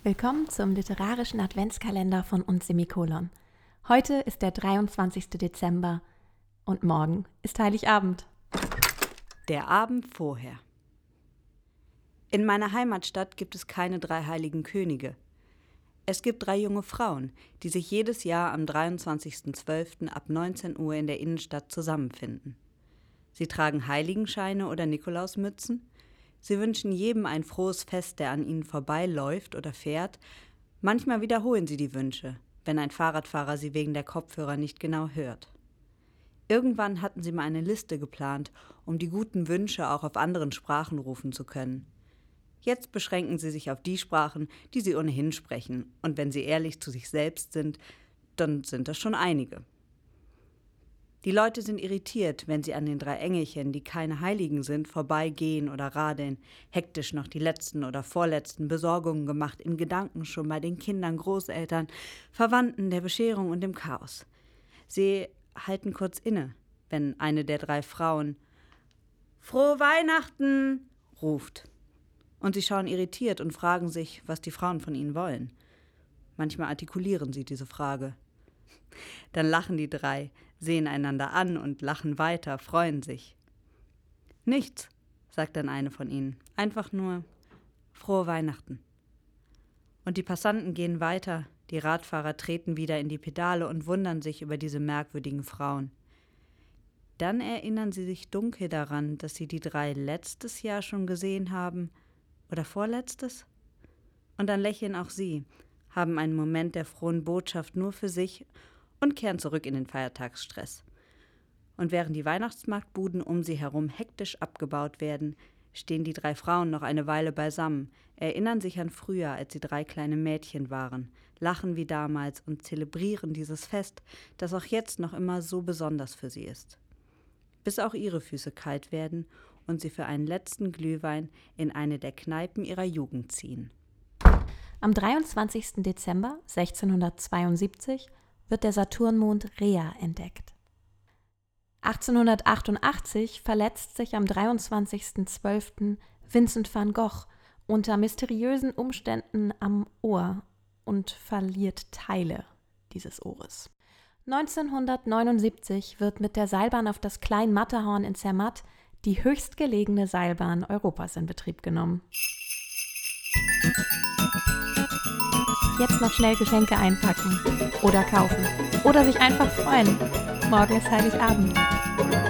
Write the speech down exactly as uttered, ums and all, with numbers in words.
Willkommen zum literarischen Adventskalender von uns Semikolon. Heute ist der dreiundzwanzigster Dezember und morgen ist Heiligabend. Der Abend vorher. In meiner Heimatstadt gibt es keine drei heiligen Könige. Es gibt drei junge Frauen, die sich jedes Jahr am dreiundzwanzigsten zwölften ab neunzehn Uhr in der Innenstadt zusammenfinden. Sie tragen Heiligenscheine oder Nikolausmützen. Sie wünschen jedem ein frohes Fest, der an ihnen vorbeiläuft oder fährt. Manchmal wiederholen sie die Wünsche, wenn ein Fahrradfahrer sie wegen der Kopfhörer nicht genau hört. Irgendwann hatten sie mal eine Liste geplant, um die guten Wünsche auch auf anderen Sprachen rufen zu können. Jetzt beschränken sie sich auf die Sprachen, die sie ohnehin sprechen. Und wenn sie ehrlich zu sich selbst sind, dann sind das schon einige. Die Leute sind irritiert, wenn sie an den drei Engelchen, die keine Heiligen sind, vorbeigehen oder radeln, hektisch noch die letzten oder vorletzten Besorgungen gemacht, in Gedanken schon bei den Kindern, Großeltern, Verwandten, der Bescherung und dem Chaos. Sie halten kurz inne, wenn eine der drei Frauen »Frohe Weihnachten« ruft. Und sie schauen irritiert und fragen sich, was die Frauen von ihnen wollen. Manchmal artikulieren sie diese Frage. Dann lachen die drei, sehen einander an und lachen weiter, freuen sich. »Nichts«, sagt dann eine von ihnen, »einfach nur frohe Weihnachten.« Und die Passanten gehen weiter, die Radfahrer treten wieder in die Pedale und wundern sich über diese merkwürdigen Frauen. Dann erinnern sie sich dunkel daran, dass sie die drei letztes Jahr schon gesehen haben, oder vorletztes? Und dann lächeln auch sie, haben einen Moment der frohen Botschaft nur für sich und kehren zurück in den Feiertagsstress. Und während die Weihnachtsmarktbuden um sie herum hektisch abgebaut werden, stehen die drei Frauen noch eine Weile beisammen, erinnern sich an früher, als sie drei kleine Mädchen waren, lachen wie damals und zelebrieren dieses Fest, das auch jetzt noch immer so besonders für sie ist. Bis auch ihre Füße kalt werden und sie für einen letzten Glühwein in eine der Kneipen ihrer Jugend ziehen. Am dreiundzwanzigsten Dezember sechzehnhundertzweiundsiebzig wird der Saturnmond Rhea entdeckt. achtzehnhundertachtundachtzig verletzt sich am dreiundzwanzigsten zwölften Vincent van Gogh unter mysteriösen Umständen am Ohr und verliert Teile dieses Ohres. neunzehnhundertneunundsiebzig wird mit der Seilbahn auf das Klein-Matterhorn in Zermatt die höchstgelegene Seilbahn Europas in Betrieb genommen. Jetzt noch schnell Geschenke einpacken oder kaufen oder sich einfach freuen. Morgen ist Heiligabend.